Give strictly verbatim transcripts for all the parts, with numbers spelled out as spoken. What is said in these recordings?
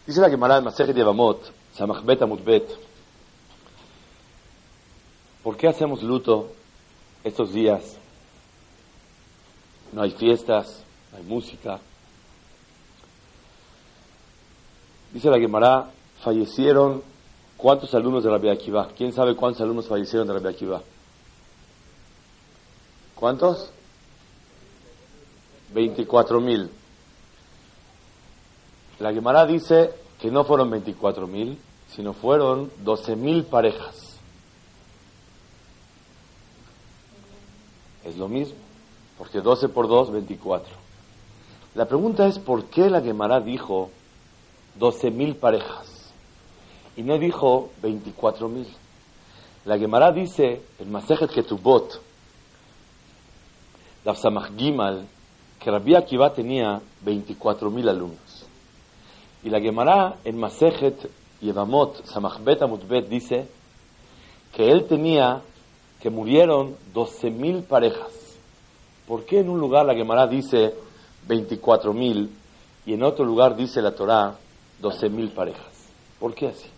Dice la Gemara en Masejet Yevamot, Samach Bet Amud Bet, ¿por qué hacemos luto estos días? No hay fiestas, no hay música. Dice la Gemara, fallecieron ¿cuántos alumnos de Rabbi Akiva? ¿Quién sabe cuántos alumnos fallecieron de Rabbi Akiva? ¿Cuántos? veinticuatro mil. La Gemara dice que no fueron veinticuatro mil, sino fueron doce mil parejas. Es lo mismo, porque doce por dos, veinticuatro. La pregunta es, ¿por qué la Gemara dijo doce mil parejas y no dijo veinticuatro mil? La Gemara dice en Masejet Ketubot, Daf Samach Gimal, que Rabbi Akiva tenía veinticuatro mil alumnos. Y la Gemara en Masejet Yevamot, Samach Bet Amud Bet, dice que él tenía, que murieron doce mil parejas. ¿Por qué en un lugar la Gemara dice veinticuatro mil y en otro lugar dice la Torá doce mil parejas? ¿Por qué así?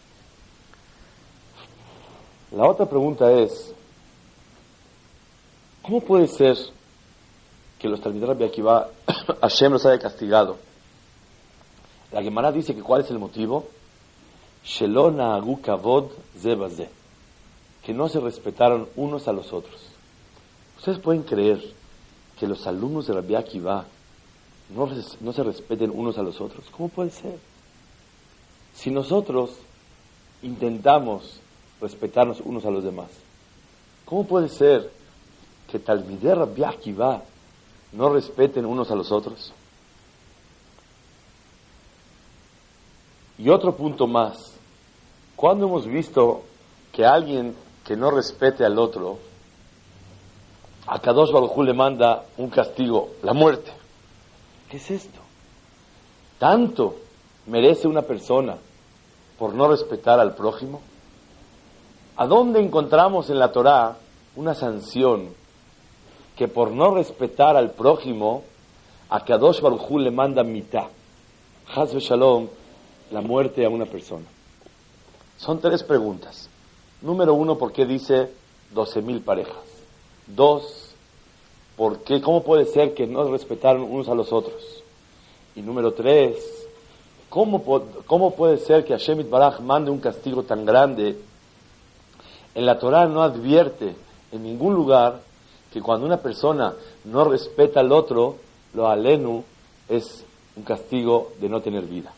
La otra pregunta es, ¿cómo puede ser que los Talmidei Rabbi Akiva Hashem los haya castigado? La Gemara dice que ¿cuál es el motivo? Shelo na'agu kavod ze baze, que no se respetaron unos a los otros. ¿Ustedes pueden creer que los alumnos de Rabbi Akiva no, res, no se respeten unos a los otros? ¿Cómo puede ser? Si nosotros intentamos respetarnos unos a los demás, ¿cómo puede ser que Talmidei Rabbi Akiva no respeten unos a los otros? Y otro punto más, ¿cuándo hemos visto que alguien que no respete al otro, a Kadosh Baruj Hu le manda un castigo, la muerte? ¿Qué es esto? ¿Tanto merece una persona por no respetar al prójimo? ¿A dónde encontramos en la Torá una sanción que por no respetar al prójimo, a Kadosh Baruj Hu le manda mitad, Chas v'Shalom, la muerte a una persona? Son tres preguntas. Número uno, ¿por qué dice doce mil parejas? Dos, ¿por qué? ¿Cómo puede ser que no respetaron unos a los otros? Y número tres, ¿cómo, cómo puede ser que Hashem Yitbaraj mande un castigo tan grande? En la Torá no advierte en ningún lugar que cuando una persona no respeta al otro, lo alenu es un castigo de no tener vida.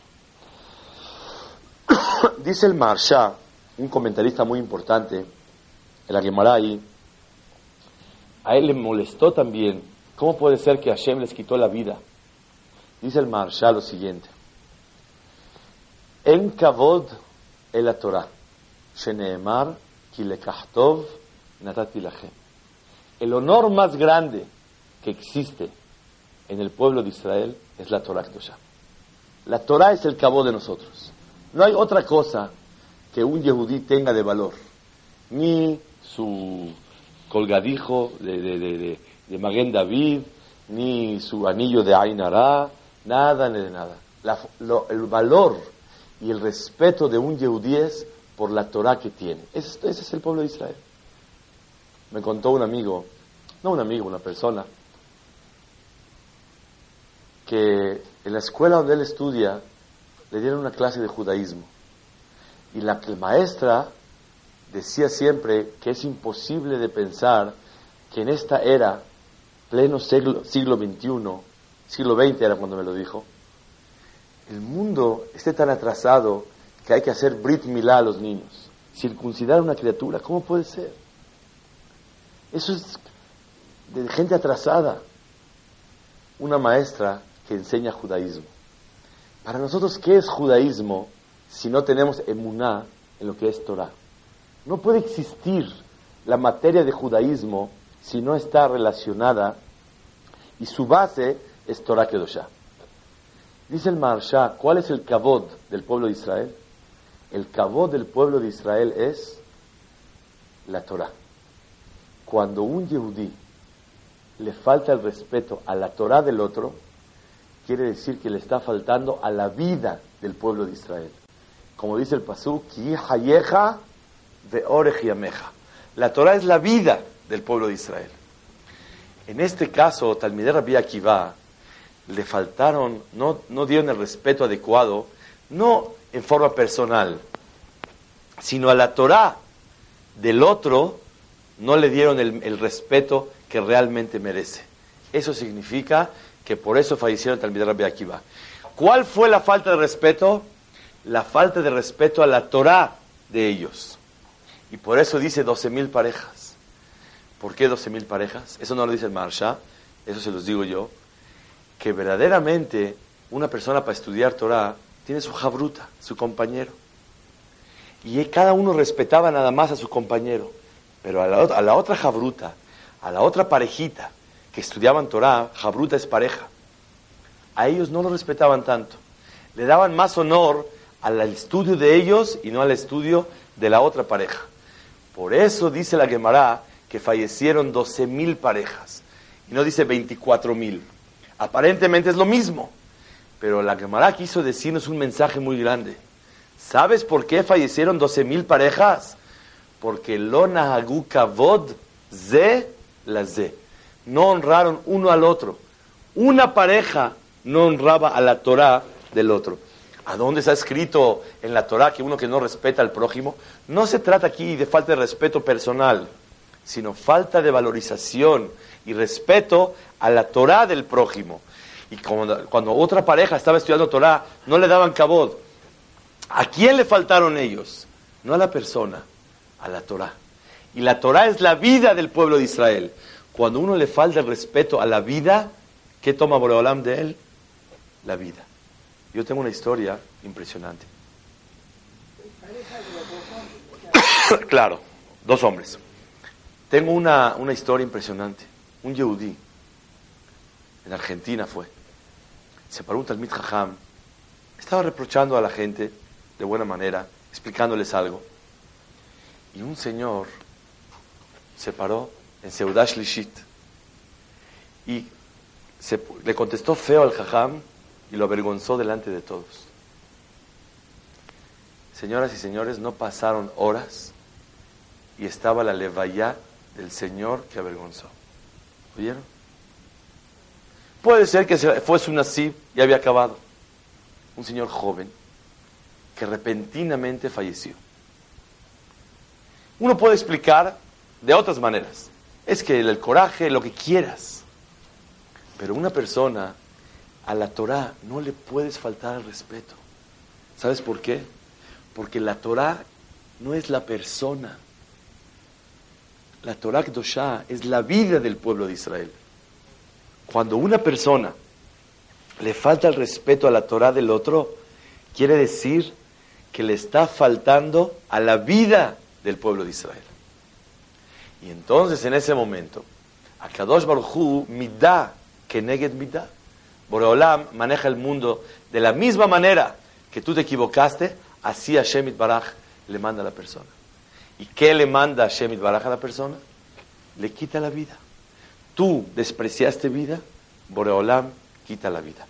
Dice el Maharsha, un comentarista muy importante en la Gemara ahí, a él le molestó también cómo puede ser que Hashem les quitó la vida. Dice el Maharsha lo siguiente: En kavod el la Torah sheneemar ki lekachtov natati lachem. El honor más grande que existe en el pueblo de Israel es la Torah Kedoshá. La Torah es el kavod de nosotros. No hay otra cosa que un yehudí tenga de valor, ni su colgadijo de, de, de, de, de Maguen David, ni su anillo de Ain Hara, nada ni de nada. La, lo, el valor y el respeto de un yehudí es por la Torah que tiene. Ese, ese es el pueblo de Israel. Me contó un amigo, no un amigo, una persona, que en la escuela donde él estudia le dieron una clase de judaísmo y la maestra decía siempre que es imposible de pensar que en esta era, pleno siglo, siglo veintiuno, siglo veinte era cuando me lo dijo, el mundo esté tan atrasado que hay que hacer Brit Milá a los niños, circuncidar a una criatura. ¿Cómo puede ser? Eso es de gente atrasada. Una maestra que enseña judaísmo. Para nosotros, ¿qué es judaísmo si no tenemos emuná en lo que es Torah? No puede existir la materia de judaísmo si no está relacionada y su base es Torah Kedoshá. Dice el Maharsha, ¿cuál es el kavod del pueblo de Israel? El kavod del pueblo de Israel es la Torah. Cuando un yehudí le falta el respeto a la Torah del otro, quiere decir que le está faltando a la vida del pueblo de Israel. Como dice el pasuk, Ki hayecha ve'orech yamecha. La Torah es la vida del pueblo de Israel. En este caso, Talmidei Rabbi Akiva le faltaron, no, no dieron el respeto adecuado, no en forma personal, sino a la Torah del otro, no le dieron el, el respeto que realmente merece. Eso significa que por eso fallecieron Talmidei Rabbi Akiva. ¿Cuál fue la falta de respeto? La falta de respeto a la Torah de ellos. Y por eso dice doce mil parejas. ¿Por qué doce mil parejas? Eso no lo dice el Maharsha, eso se los digo yo. Que verdaderamente una persona para estudiar Torah tiene su jabruta, su compañero. Y cada uno respetaba nada más a su compañero. Pero a la, a la otra jabruta, a la otra parejita que estudiaban Torah, jabruta es pareja. A ellos no lo respetaban tanto. Le daban más honor al estudio de ellos y no al estudio de la otra pareja. Por eso dice la Gemara que fallecieron doce mil parejas. Y no dice veinticuatro mil. Aparentemente es lo mismo. Pero la Gemara quiso decirnos un mensaje muy grande. ¿Sabes por qué fallecieron doce mil parejas? Porque lo nahagu kavod ze la ze. No honraron uno al otro. Una pareja no honraba a la Torah del otro. ¿A dónde está escrito en la Torah que uno que no respeta al prójimo? No se trata aquí de falta de respeto personal, sino falta de valorización y respeto a la Torah del prójimo. Y cuando, cuando otra pareja estaba estudiando Torah, no le daban kabod. ¿A quién le faltaron ellos? No a la persona, a la Torah. Y la Torah es la vida del pueblo de Israel. Cuando uno le falta el respeto a la vida, ¿qué toma Boreolam de él? La vida. Yo tengo una historia impresionante. Claro, dos hombres. Tengo una, una historia impresionante. Un yehudí, en Argentina fue, se paró un Talmid Jajam, estaba reprochando a la gente de buena manera, explicándoles algo. Y un señor se paró en Seudah Shlishit y se, le contestó feo al Jajam y lo avergonzó delante de todos. Señoras y señores, no pasaron horas y estaba la levayá del señor que avergonzó. ¿Oyeron? Puede ser que fue su nasib y había acabado. Un señor joven que repentinamente falleció. Uno puede explicar de otras maneras. Es que el, el coraje, lo que quieras. Pero una persona, a la Torah no le puedes faltar el respeto. ¿Sabes por qué? Porque la Torah no es la persona. La Torah Kedoshá es la vida del pueblo de Israel. Cuando una persona le falta el respeto a la Torah del otro, quiere decir que le está faltando a la vida del pueblo de Israel. Y entonces en ese momento, Akadosh Baruj Hu midá keneged midá. Boreolam maneja el mundo de la misma manera que tú te equivocaste, así Hashem Yitbaraj le manda a la persona. ¿Y qué le manda Hashem Yitbaraj a la persona? Le quita la vida. Tú despreciaste vida, Boreolam quita la vida.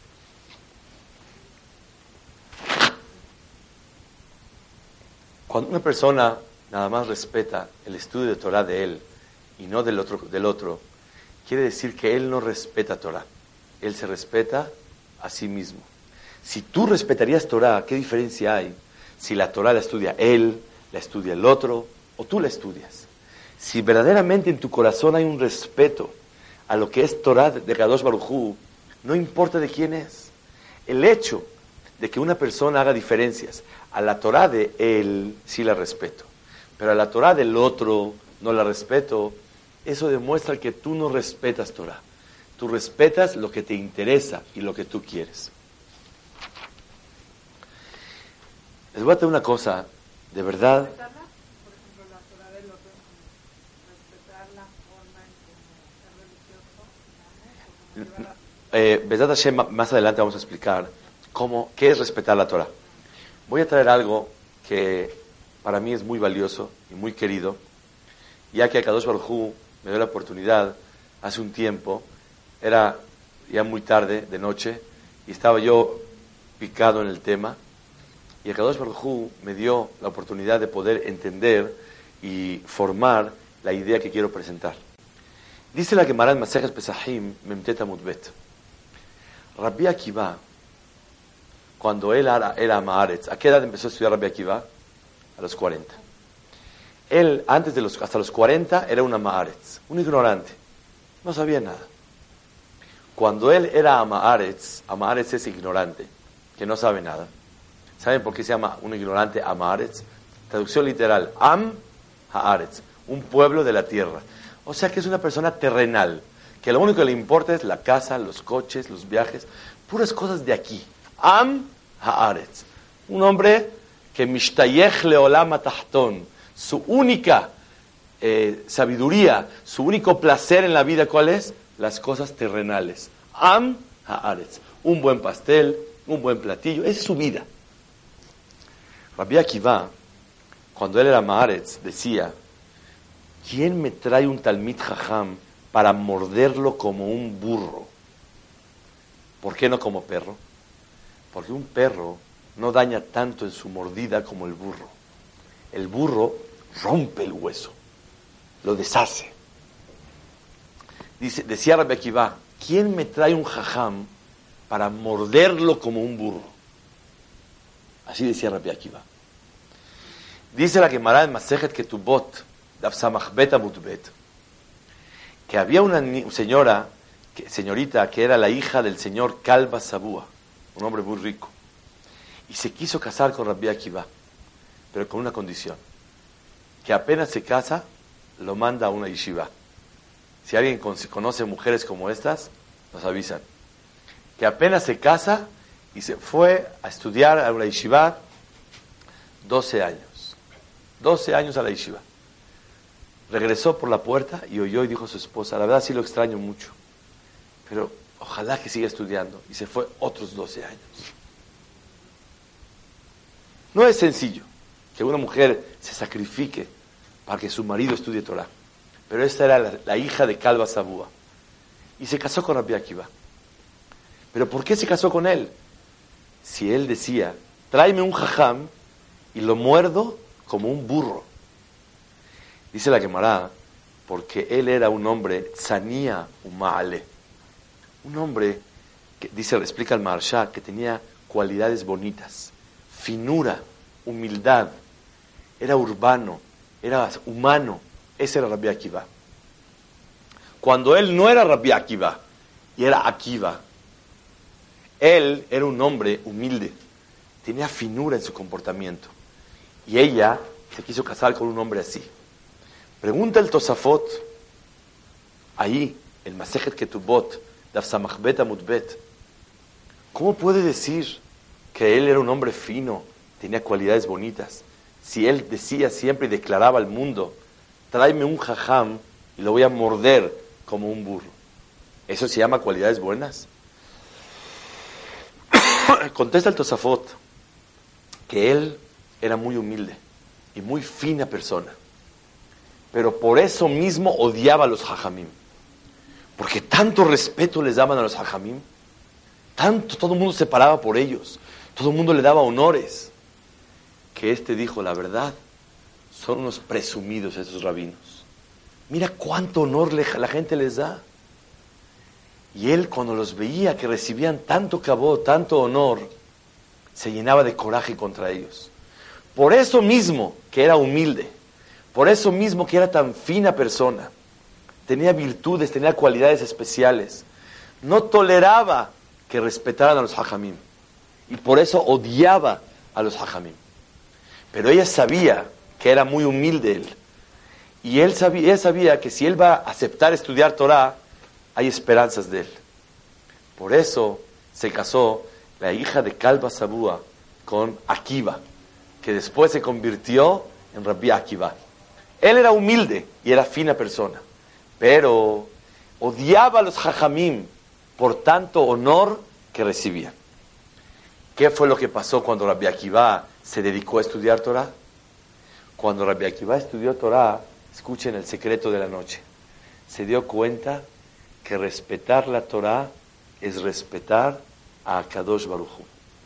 Cuando una persona nada más respeta el estudio de Torah de él y no del otro, del otro, quiere decir que él no respeta Torah. Él se respeta a sí mismo. Si tú respetarías Torah, ¿qué diferencia hay si la Torah la estudia él, la estudia el otro, o tú la estudias? Si verdaderamente en tu corazón hay un respeto a lo que es Torah de Kadosh Baruj Hu, no importa de quién es. El hecho de que una persona haga diferencias a la Torah de él, sí la respeto, pero a la Torah del otro no la respeto, eso demuestra que tú no respetas Torah. Tú respetas lo que te interesa y lo que tú quieres. Les voy a decir una cosa, de verdad. ¿Respetarla? Por ejemplo, la Torah del otro, respetar la forma en que ser religioso, Eh, Besat Hashem, más adelante vamos a explicar cómo, qué es respetar la Torah. Voy a traer algo que para mí es muy valioso y muy querido, ya que Akadosh Baruj Hu me dio la oportunidad hace un tiempo. Era ya muy tarde, de noche, y estaba yo picado en el tema, Y el Kadosh Baruj Hu me dio la oportunidad de poder entender y formar la idea que quiero presentar. Dice la Gemara en Masejes Pesachim, Memtet Amud Bet. Rabbi Akiva, cuando él era, era Ma'aretz, ¿a qué edad empezó a estudiar Rabbi Akiva? A los cuarenta. Él, antes de los, hasta los cuarenta, era una Ma'aretz, un ignorante. No sabía nada. Cuando él era Amaaretz, Amaaretz es ignorante, que no sabe nada. ¿Saben por qué se llama un ignorante Amaaretz? Traducción literal, Am Haaretz, un pueblo de la tierra. O sea que es una persona terrenal, que lo único que le importa es la casa, los coches, los viajes, puras cosas de aquí. Am Haaretz, un hombre que Mishtayech Leolam Atahton, su única eh, sabiduría, su único placer en la vida, ¿cuál es? Las cosas terrenales. Am Haaretz, un buen pastel, un buen platillo, esa es su vida. Rabbi Akiva, cuando él era Ma'aretz, decía, ¿quién me trae un Talmid Jajam para morderlo como un burro? ¿Por qué no como perro? Porque un perro no daña tanto en su mordida como el burro. El burro rompe el hueso, lo deshace. Dice, decía Rabbi Akiva, ¿quién me trae un jajam para morderlo como un burro? Así decía Rabbi Akiva. Dice la Gemara en Masejet Ketubot, Daf Samach Bet Amud Bet, que había una señora, que, señorita, que era la hija del señor Kalba Sabúa, un hombre muy rico, y se quiso casar con Rabbi Akiva, pero con una condición, que apenas se casa, lo manda a una yeshiva. Si alguien conoce mujeres como estas, nos avisan. Que apenas se casa y se fue a estudiar a una yeshiva doce años. doce años a la yeshiva. Regresó por la puerta y oyó y dijo a su esposa, la verdad sí lo extraño mucho, pero ojalá que siga estudiando. Y se fue otros doce años. No es sencillo que una mujer se sacrifique para que su marido estudie Torah. Pero esta era la, la hija de Kalba Sabúa. Y se casó con Rabbi Akiva. ¿Pero por qué se casó con él? Si él decía, tráeme un jajam y lo muerdo como un burro. Dice la Gemara, porque él era un hombre tzanía uma'ale. Un hombre, que dice, explica el Maharsha, que tenía cualidades bonitas. Finura, humildad. Era urbano, era humano. Ese era Rabbi Akiva. Cuando él no era Rabbi Akiva, y era Akiva, él era un hombre humilde, tenía finura en su comportamiento. Y ella se quiso casar con un hombre así. Pregunta el Tosafot, ahí, el Masejet Ketubot, Daf Samach Bet Amud Bet, ¿cómo puede decir que él era un hombre fino, tenía cualidades bonitas, si él decía siempre y declaraba al mundo, tráeme un jajam y lo voy a morder como un burro? ¿Eso se llama cualidades buenas? Contesta el Tosafot que él era muy humilde y muy fina persona, pero por eso mismo odiaba a los jajamim, porque tanto respeto les daban a los jajamim, tanto, todo el mundo se paraba por ellos, todo el mundo le daba honores, que este dijo, la verdad, son unos presumidos esos rabinos. Mira cuánto honor le, la gente les da. Y él, cuando los veía que recibían tanto cabot, tanto honor, se llenaba de coraje contra ellos. Por eso mismo que era humilde, por eso mismo que era tan fina persona, tenía virtudes, tenía cualidades especiales, no toleraba que respetaran a los hajamim, y por eso odiaba a los hajamim. Pero ella sabía que era muy humilde él, y él sabía, ella sabía que si él va a aceptar estudiar Torah, hay esperanzas de él. Por eso se casó la hija de Kalba Sabúa con Akiva, que después se convirtió en Rabbi Akiva. Él era humilde y era fina persona, pero odiaba a los jajamim por tanto honor que recibían. ¿Qué fue lo que pasó cuando Rabbi Akiva se dedicó a estudiar Torah? Cuando Rabbi Akiva estudió Torah, escuchen el secreto de la noche, se dio cuenta que respetar la Torah es respetar a Kadosh Baruj Hu.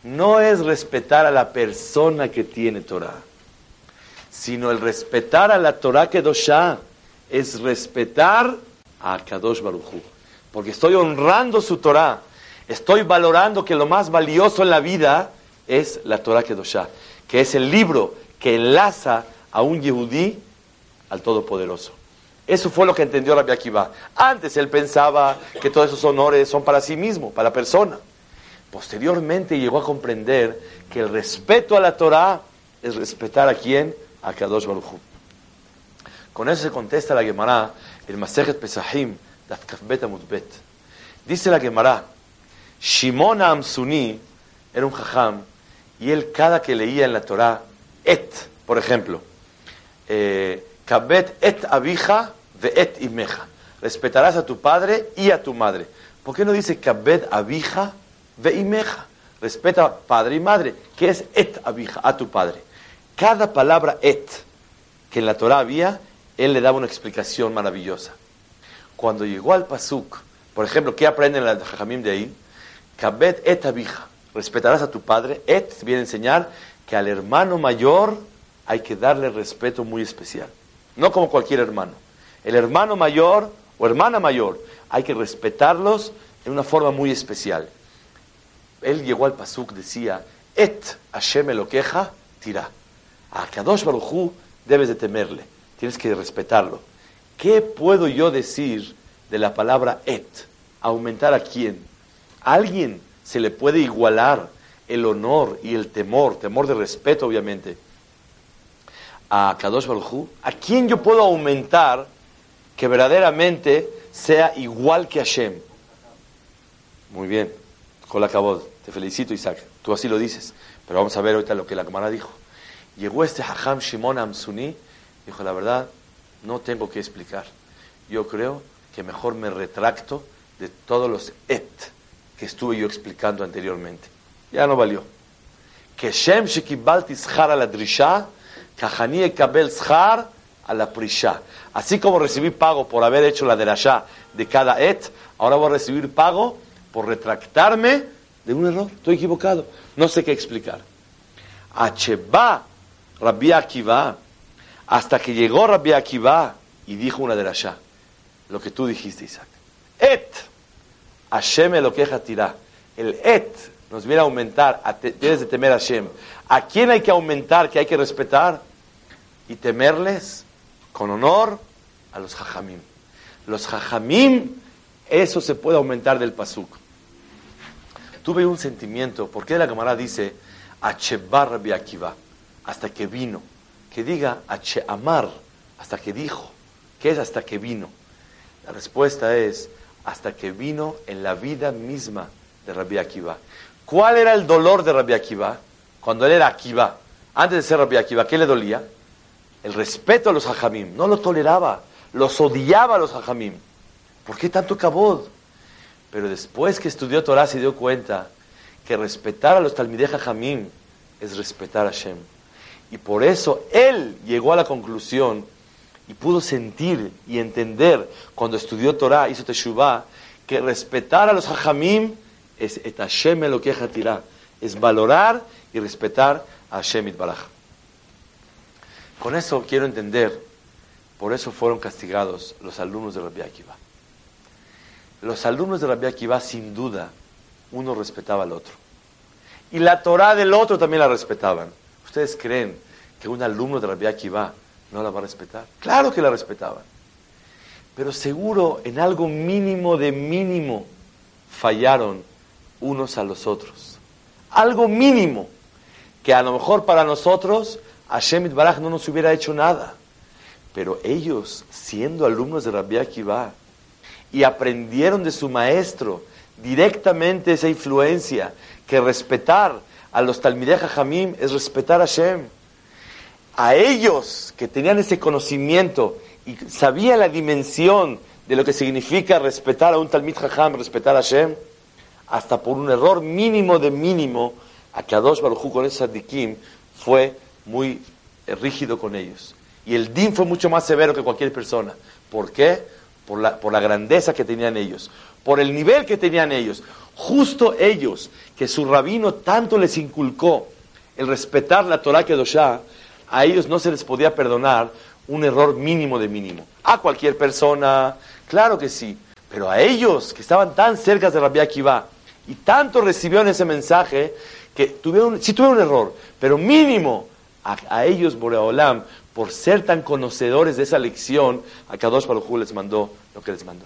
no es respetar a la persona que tiene Torah, sino el respetar a la Torah Kedoshá, es respetar a Kadosh Baruj Hu, porque estoy honrando su Torah, estoy valorando que lo más valioso en la vida es la Torah Kedoshá, que es el libro que enlaza a un Yehudí al Todopoderoso. Eso fue lo que entendió Rabbi Akiva. Antes él pensaba que todos esos honores son para sí mismo, para la persona. Posteriormente llegó a comprender que el respeto a la Torah es respetar a quién, a Kadosh Baruj Hu. Con eso se contesta la Gemara, el Masejet Pesachim, Daf Kaf Bet Amud Bet. Dice la Gemara, Shimon Amsuni era un jajam, y él cada que leía en la Torah, et, por ejemplo, eh, Kabet et abija ve et imeja, respetarás a tu padre y a tu madre. ¿Por qué no dice Kabet abija ve imeja? Respeta a padre y madre. ¿Qué es et abija? A tu padre. Cada palabra et que en la Torah había, él le daba una explicación maravillosa. Cuando llegó al pasuk, por ejemplo, ¿qué aprenden los jajamim de ahí? Kabet et abija, respetarás a tu padre. Et viene a enseñar que al hermano mayor hay que darle respeto muy especial. No como cualquier hermano. El hermano mayor o hermana mayor, hay que respetarlos de una forma muy especial. Él llegó al pasuk, decía, et Hashem Elokeja tirá. A Kadosh Baruj Hu debes de temerle, tienes que respetarlo. ¿Qué puedo yo decir de la palabra et? ¿Aumentar a quién? ¿A alguien se le puede igualar el honor y el temor, temor de respeto obviamente, a Kadosh Baruj Hu? ¿A quién yo puedo aumentar que verdaderamente sea igual que Hashem? Muy bien, Kol HaKavod, te felicito, Isaac, tú así lo dices, pero vamos a ver ahorita lo que la Gemara dijo. Llegó este Hajam Shimon Amsuni, dijo, la verdad, no tengo que explicar. Yo creo que mejor me retracto de todos los et que estuve yo explicando anteriormente. Ya no valió. Que Shem shekibalti schar a la drisha, kahani ekabel schar a la prisha. Así como recibí pago por haber hecho la derashá de cada et, ahora voy a recibir pago por retractarme de un error. Estoy equivocado. No sé qué explicar. Acheba Rabbi Akiva, hasta que llegó Rabbi Akiva y dijo una derashá, lo que tú dijiste, Isaac. Et Hashem Elokeja tirá. El et nos viene a aumentar, a te, debes de temer a Hashem. ¿A quién hay que aumentar, que hay que respetar? Y temerles con honor a los jajamim. Los jajamim, eso se puede aumentar del pasuk. Tuve un sentimiento, ¿por qué la Gemara dice Acheba Rabbi Akiva? Hasta que vino. Que diga Ache Amar, hasta que dijo. ¿Qué es hasta que vino? La respuesta es hasta que vino en la vida misma de Rabbi Akiva. ¿Cuál era el dolor de Rabbi Akiva? Cuando él era Akiva, antes de ser Rabbi Akiva, ¿qué le dolía? El respeto a los hajamim. No lo toleraba, los odiaba a los hajamim. ¿Por qué tanto kabod? Pero después que estudió Torah se dio cuenta que respetar a los talmidei hajamim es respetar a Hashem. Y por eso él llegó a la conclusión y pudo sentir y entender cuando estudió Torah, hizo Teshuvah, que respetar a los hajamim es et Hashem Elokeja tirá, es valorar y respetar a Hashem Itbaraj. Con eso quiero entender, por eso fueron castigados los alumnos de Rabbi Akiva. Los alumnos de Rabbi Akiva, sin duda, uno respetaba al otro. Y la Torah del otro también la respetaban. ¿Ustedes creen que un alumno de Rabbi Akiva no la va a respetar? Claro que la respetaban. Pero seguro en algo mínimo de mínimo fallaron unos a los otros. Algo mínimo que a lo mejor para nosotros Hashem Itbaraj no nos hubiera hecho nada. Pero ellos, siendo alumnos de Rabbi Akiva y aprendieron de su maestro directamente esa influencia, que respetar a los talmidei hajamim es respetar a Hashem. A ellos que tenían ese conocimiento y sabían la dimensión de lo que significa respetar a un talmid hajam, respetar a Hashem, hasta por un error mínimo de mínimo, a Kadosh Baruj Hu con esos tzadikim fue muy rígido con ellos. Y el din fue mucho más severo que cualquier persona. ¿Por qué? Por la, por la grandeza que tenían ellos, por el nivel que tenían ellos. Justo ellos, que su rabino tanto les inculcó el respetar la Torah Kedoshá, a ellos no se les podía perdonar un error mínimo de mínimo. A cualquier persona, claro que sí, pero a ellos, que estaban tan cerca de Rabbi Akiva, y tanto recibieron ese mensaje, que tuvieron, sí tuvieron un error, pero mínimo, a, a ellos, Boreolam, por ser tan conocedores de esa lección, a Kadosh Baruj Hu les mandó lo que les mandó.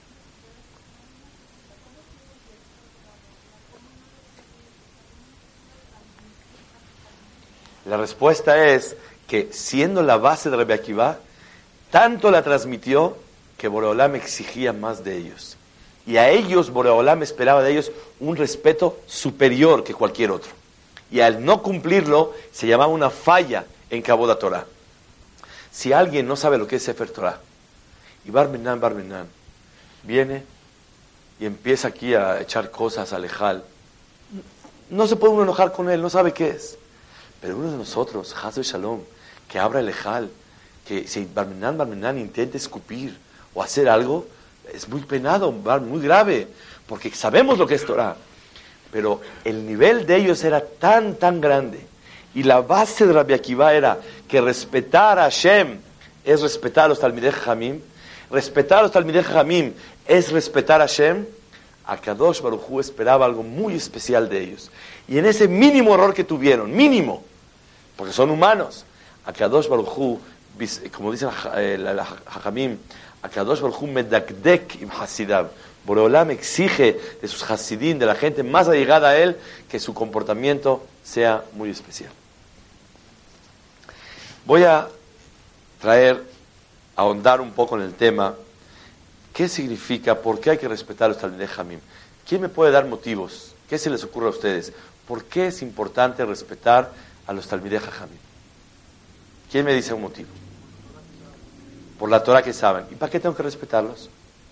La respuesta es que, siendo la base de Rabbi Akiva, tanto la transmitió que Boreolam exigía más de ellos. Y a ellos, Boreolam esperaba de ellos un respeto superior que cualquier otro. Y al no cumplirlo, se llamaba una falla en Kabod Torah. Si alguien no sabe lo que es Sefer Torah, y Barminan, Barminan, viene y empieza aquí a echar cosas al Ejal, no se puede uno enojar con él, no sabe qué es. Pero uno de nosotros, Haz Shalom, que abra el Ejal, que si Barminan, Barminan intente escupir o hacer algo, es muy penado, muy grave, porque sabemos lo que es Torah. Pero el nivel de ellos era tan, tan grande. Y la base de Rabbi Akiva era que respetar a Hashem es respetar a los Talmidei Jajamim. Respetar a los Talmidei Jajamim es respetar a Hashem. A Kadosh Baruj Hu esperaba algo muy especial de ellos. Y en ese mínimo error que tuvieron, mínimo, porque son humanos, a Kadosh Baruj Hu, como dicen los Jajamim, a Kadosh Baruj Hu medakdek im Hasidab. Boreolam exige de sus Hasidim, de la gente más allegada a él, que su comportamiento sea muy especial. Voy a traer, a ahondar un poco en el tema. ¿Qué significa? ¿Por qué hay que respetar a los Talmidei Jajamim? ¿Quién me puede dar motivos? ¿Qué se les ocurre a ustedes? ¿Por qué es importante respetar a los Talmidei Jajamim? ¿Quién me dice un motivo? Por la Torah que saben. ¿Y para qué tengo que respetarlos?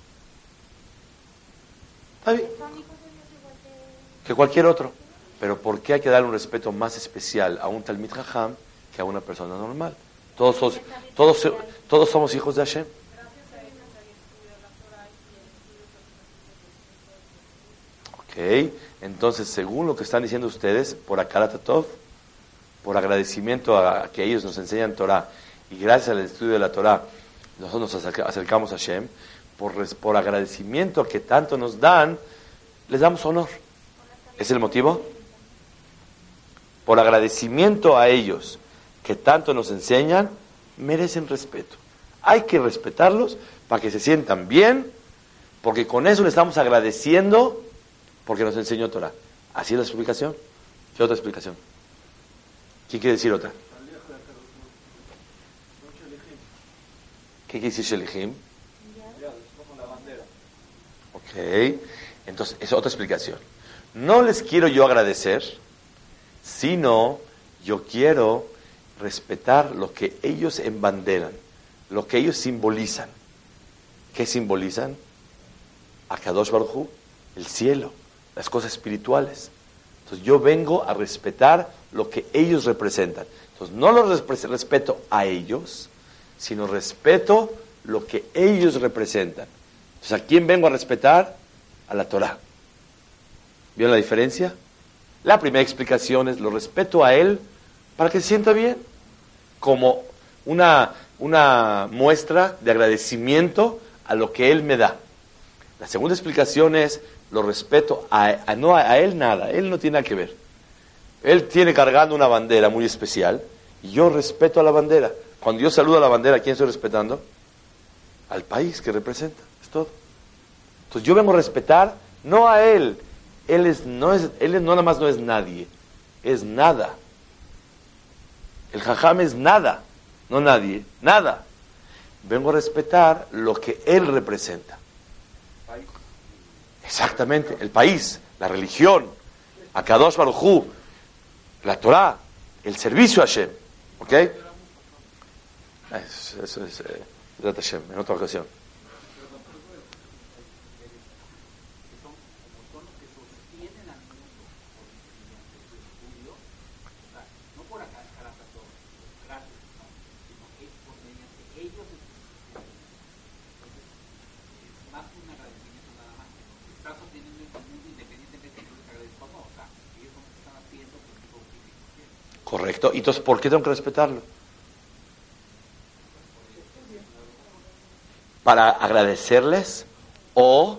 ¿Está bien? Que cualquier otro. Pero ¿por qué hay que darle un respeto más especial a un Talmid Jajam que a una persona normal? Todos, todos, todos, todos somos hijos de Hashem. Ok, entonces según lo que están diciendo ustedes, por Akarat Tov, por agradecimiento a que ellos nos enseñan Torah, y gracias al estudio de la Torah, nosotros nos acercamos a Hashem, por, por agradecimiento a que tanto nos dan, les damos honor. ¿Es el motivo? Por agradecimiento a ellos, que tanto nos enseñan, merecen respeto. Hay que respetarlos para que se sientan bien, porque con eso le estamos agradeciendo porque nos enseñó Torah. ¿Así es la explicación? ¿Qué otra explicación? ¿Quién quiere decir otra? ¿Qué quiere decir Shelihim? Ok, entonces es otra explicación. No les quiero yo agradecer, sino yo quiero respetar lo que ellos embanderan, lo que ellos simbolizan. ¿Qué simbolizan? A Kadosh Baruj Hu, el cielo, las cosas espirituales. Entonces yo vengo a respetar lo que ellos representan. Entonces no los respeto a ellos, sino respeto lo que ellos representan. Entonces ¿a quién vengo a respetar? A la Torah. ¿Vieron la diferencia? La primera explicación es, lo respeto a él para que se sienta bien, como una, una muestra de agradecimiento a lo que él me da. La segunda explicación es, lo respeto a, a, no, a él nada, él no tiene nada que ver. Él tiene cargando una bandera muy especial y yo respeto a la bandera. Cuando yo saludo a la bandera, ¿a quién estoy respetando? Al país que representa, es todo. Entonces yo vengo a respetar no a él, él es no es él no nada más no es nadie, es nada. El jajam es nada, no nadie, nada. Vengo a respetar lo que él representa. Exactamente, el país, la religión, Akadosh Baruj Hu, la Torah, el servicio a Hashem, ¿ok? Eso, eso es eh, Hashem, en otra ocasión. Correcto. ¿Y entonces por qué tengo que respetarlo? ¿Para agradecerles o...?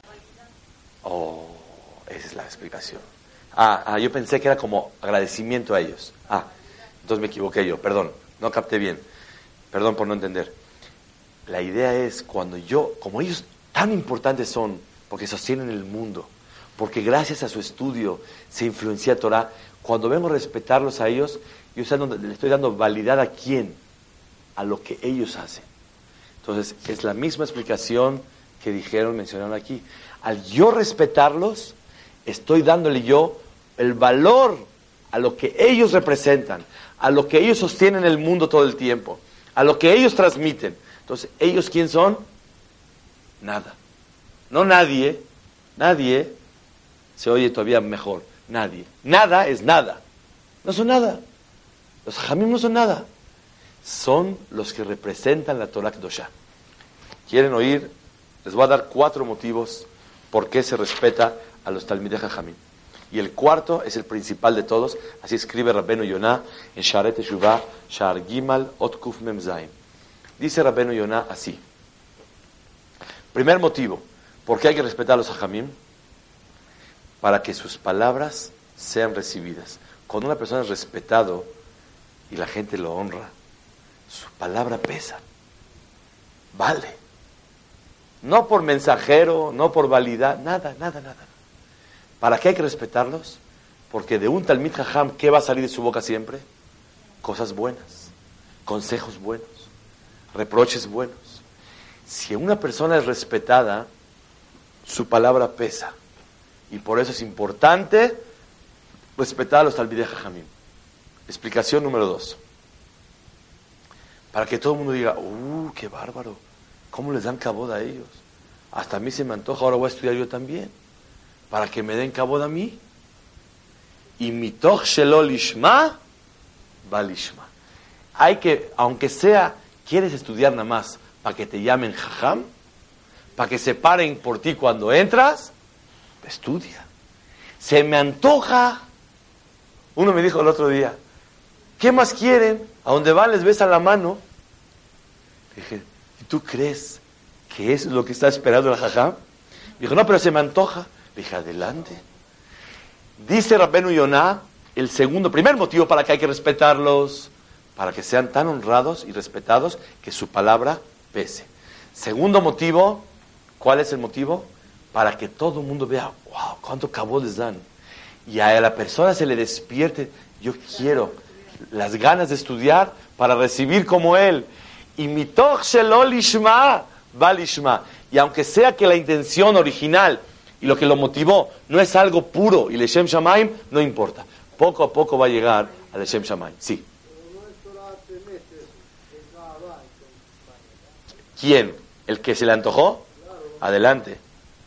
Oh, esa es la explicación. Ah, ah, yo pensé que era como agradecimiento a ellos. Ah, entonces me equivoqué yo, perdón, no capté bien. Perdón por no entender. La idea es cuando yo, como ellos tan importantes son, porque sostienen el mundo, porque gracias a su estudio se influencia Torah, cuando vengo a respetarlos a ellos, yo estoy dando, le estoy dando validad a quién, a lo que ellos hacen. Entonces, es la misma explicación que dijeron, mencionaron aquí. Al yo respetarlos, estoy dándole yo el valor a lo que ellos representan, a lo que ellos sostienen el mundo todo el tiempo, a lo que ellos transmiten. Entonces, ¿ellos quién son? Nada. No nadie, nadie, se oye todavía mejor, nadie. Nada es nada. No son nada. Los Jajamim no son nada. Son los que representan la Torah Kedoshá. ¿Quieren oír? Les voy a dar cuatro motivos por qué se respeta a los Talmidei Jajamim. Y el cuarto es el principal de todos. Así escribe Rabbeinu Yonah en Sharet Teshuvah, Shar Gimal, Ot Kuf Mem Zayin. Dice Rabbeinu Yonah así. Primer motivo, ¿por qué hay que respetar a los Jajamim? Para que sus palabras sean recibidas. Cuando una persona es respetado y la gente lo honra, su palabra pesa. Vale. No por mensajero, no por validad, nada, nada, nada. ¿Para qué hay que respetarlos? Porque de un Talmid Jajam, ¿qué va a salir de su boca siempre? Cosas buenas, consejos buenos, reproches buenos. Si una persona es respetada, su palabra pesa. Y por eso es importante respetar a los Talmidei Jajamim. Explicación número dos. Para que todo el mundo diga, ¡uh, qué bárbaro! ¿Cómo les dan cabod a ellos? Hasta a mí se me antoja, ahora voy a estudiar yo también. Para que me den cabod a mí. Y mitoch shelo lishma, va lishma. Hay que, aunque sea, quieres estudiar nada más, para que te llamen jajam, para que se paren por ti cuando entras, estudia. Se me antoja. Uno me dijo el otro día, ¿qué más quieren? A donde van les besan la mano. Dije, ¿y tú crees que es lo que está esperando la jajam? Dijo, no, pero se me antoja. Dije, adelante. Dice Rabbeinu Yonah, el segundo, primer motivo para que hay que respetarlos, para que sean tan honrados y respetados que su palabra pese. Segundo motivo, ¿cuál es el motivo? Para que todo el mundo vea, wow, cuánto cabot les dan. Y a la persona se le despierte, yo quiero las ganas de estudiar para recibir como él. Y mitoch shelo lishma, va lishma. Y aunque sea que la intención original y lo que lo motivó no es algo puro y Leshem Shamaim, no importa. Poco a poco va a llegar a Leshem Shamaim. Sí. ¿Quién? ¿El que se le antojó? Adelante.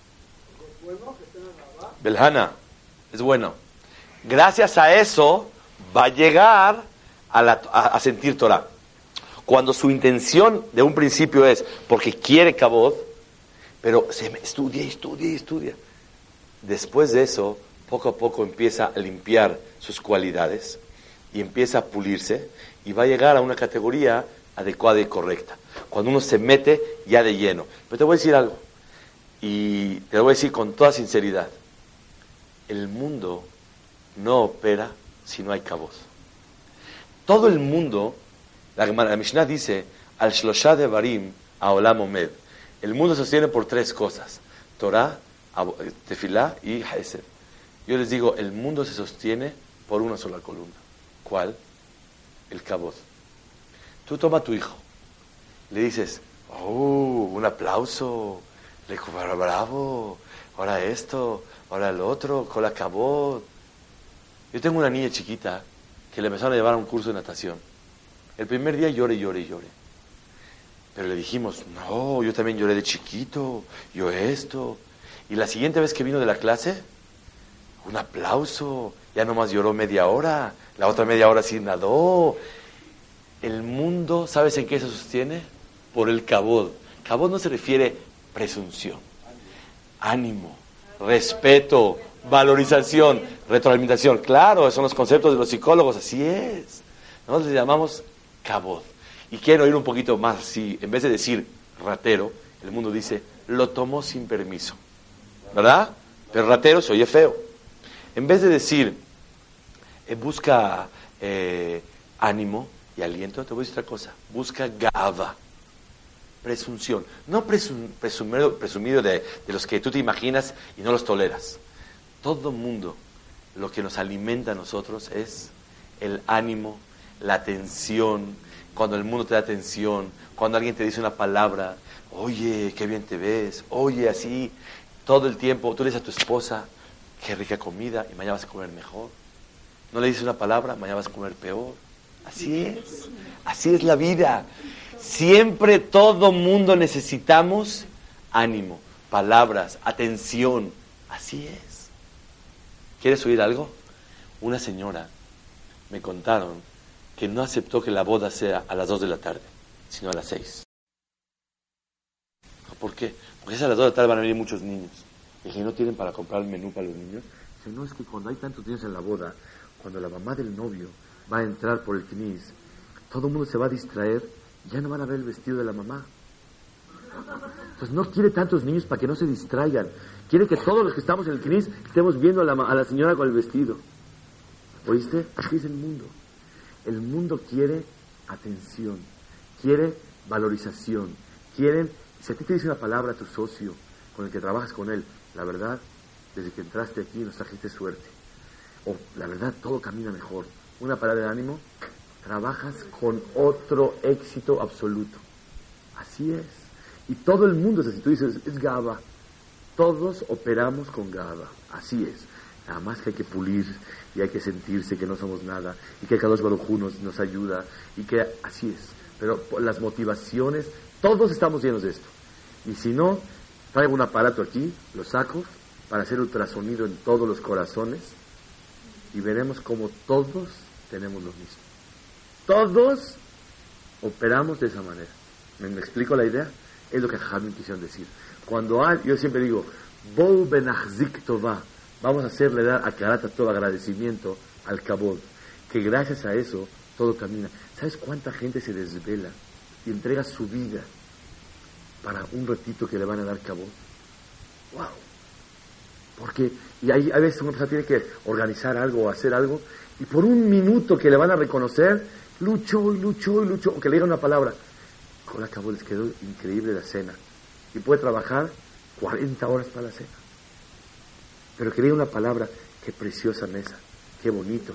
Belhana. Es bueno. Gracias a eso va a llegar a, la, a, a sentir Torah. Cuando su intención de un principio es porque quiere cabod, pero se estudia y estudia y estudia. Después de eso, poco a poco empieza a limpiar sus cualidades y empieza a pulirse y va a llegar a una categoría adecuada y correcta. Cuando uno se mete ya de lleno. Pero te voy a decir algo, y te lo voy a decir con toda sinceridad. El mundo no opera si no hay cabod. Todo el mundo, la, la Mishnah dice, al shlosha devarim haolam omed. El mundo se sostiene por tres cosas: Torah, Tefilá y Hesed. Yo les digo, el mundo se sostiene por una sola columna. ¿Cuál? El cabod. Tú toma a tu hijo, le dices, oh, un aplauso, le cubra bravo, ahora esto, ahora el otro, con la cabod. Yo tengo una niña chiquita que le empezaron a llevar a un curso de natación. El primer día lloré, lloré, lloré. Pero le dijimos, no, yo también lloré de chiquito, yo esto. Y la siguiente vez que vino de la clase, un aplauso, ya nomás lloró media hora, la otra media hora sí nadó. El mundo, ¿sabes en qué se sostiene? Por el cabod. Cabod no se refiere presunción, ánimo, respeto, valorización, retroalimentación. Claro, son los conceptos de los psicólogos, así es. Nosotros les llamamos kabod. Y quiero ir un poquito más así, en vez de decir ratero, el mundo dice, lo tomó sin permiso. ¿Verdad? Pero ratero se oye feo. En vez de decir, eh, busca eh, ánimo y aliento, te voy a decir otra cosa. Busca gava, presunción. No presum, presumido, presumido de, de los que tú te imaginas y no los toleras. Todo mundo, lo que nos alimenta a nosotros es el ánimo, la atención. Cuando el mundo te da atención, cuando alguien te dice una palabra, oye, qué bien te ves, oye, así, todo el tiempo, tú le dices a tu esposa, qué rica comida, y mañana vas a comer mejor. No le dices una palabra, mañana vas a comer peor. Así es, así es la vida. Siempre todo mundo necesitamos ánimo, palabras, atención. Así es. ¿Quieres oír algo? Una señora me contaron que no aceptó que la boda sea a las dos de la tarde, sino a las seis. ¿Por qué? Porque es a las dos de la tarde van a venir muchos niños. Y si no tienen para comprar el menú para los niños, dice, no, es que cuando hay tantos niños en la boda, cuando la mamá del novio va a entrar por el knis, todo el mundo se va a distraer, ya no van a ver el vestido de la mamá. Pues no quiere tantos niños para que no se distraigan. Quiere que todos los que estamos en el knis estemos viendo a la, a la señora con el vestido. ¿Oíste? Así es el mundo. El mundo quiere atención, quiere valorización, quieren, si a ti te dice una palabra a tu socio con el que trabajas con él, la verdad, desde que entraste aquí nos trajiste suerte, o la verdad, todo camina mejor, una palabra de ánimo, trabajas con otro éxito absoluto. Así es. Y todo el mundo es así. Tú dices, es Gaba. Todos operamos con Gaba. Así es. Nada más que hay que pulir y hay que sentirse que no somos nada y que Kadosh Baruj Hu nos, nos ayuda y que así es. Pero las motivaciones, todos estamos llenos de esto. Y si no, traigo un aparato aquí, lo saco para hacer ultrasonido en todos los corazones y veremos cómo todos tenemos lo mismo. Todos operamos de esa manera. ¿Me, me explico la idea? Es lo que Jajamim quisieron decir. Cuando hay, yo siempre digo, Bou benachzik tová, vamos a hacerle dar a Karata todo agradecimiento al Kabod, que gracias a eso todo camina. ¿Sabes cuánta gente se desvela y entrega su vida para un ratito que le van a dar Kabod? ¡Wow! Porque, y hay, a veces una persona tiene que organizar algo o hacer algo, y por un minuto que le van a reconocer, luchó y luchó y luchó, o que le digan una palabra. Con la Kabod les quedó increíble la cena. Y puede trabajar cuarenta horas para la cena. Pero que le diga una palabra, qué preciosa mesa, qué bonito.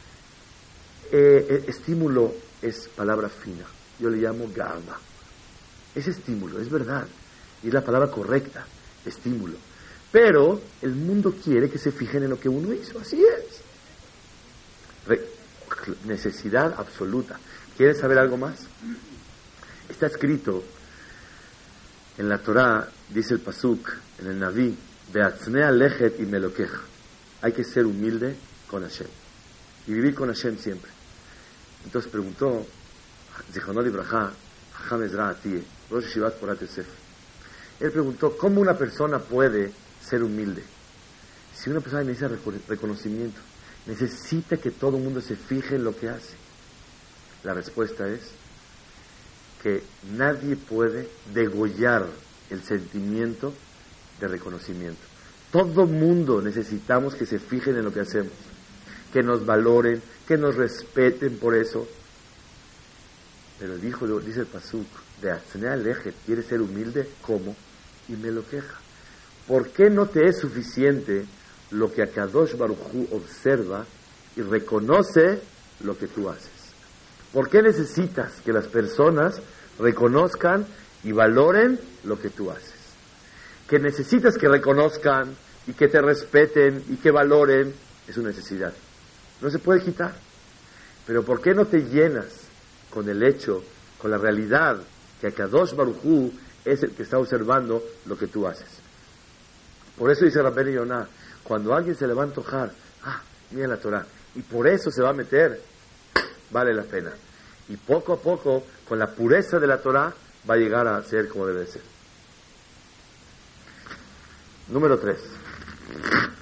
Eh, estímulo es palabra fina. Yo le llamo gama. Es estímulo, es verdad. Y es la palabra correcta, estímulo. Pero el mundo quiere que se fijen en lo que uno hizo, así es. Re- necesidad absoluta. ¿Quieres saber algo más? Está escrito en la Torah, dice el Pasuk, en el Naví, Beatznea lechet y meloqueja. Hay que ser humilde con Hashem y vivir con Hashem siempre. Entonces preguntó Zichrono Libraja, Jajam Ezra Atie, Rosh Yeshivat Porat Yosef. Él preguntó, ¿cómo una persona puede ser humilde? Si una persona necesita reconocimiento, necesita que todo el mundo se fije en lo que hace. La respuesta es que nadie puede degollar el sentimiento de reconocimiento. Todo mundo necesitamos que se fijen en lo que hacemos, que nos valoren, que nos respeten por eso. Pero dijo, dice el Pasuk, de Atznea Lechet, ¿quieres ser humilde? ¿Cómo? Y me lo queja. ¿Por qué no te es suficiente lo que Akadosh Baruj Hu observa y reconoce lo que tú haces? ¿Por qué necesitas que las personas reconozcan y valoren lo que tú haces? Que necesitas que reconozcan y que te respeten y que valoren, es una necesidad. No se puede quitar. Pero ¿por qué no te llenas con el hecho, con la realidad, que Akadosh Baruj Hu es el que está observando lo que tú haces? Por eso dice Rabbeinu Yonah, cuando alguien se le va a antojar, ah, mira la Torah, y por eso se va a meter, vale la pena. Y poco a poco, con la pureza de la Torah, va a llegar a ser como debe ser. Número tres.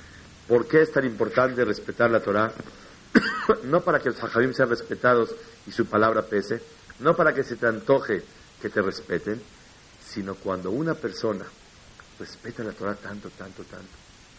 ¿Por qué es tan importante respetar la Torah? No para que los hajamim sean respetados y su palabra pese, no para que se te antoje que te respeten, sino cuando una persona respeta la Torah tanto, tanto, tanto.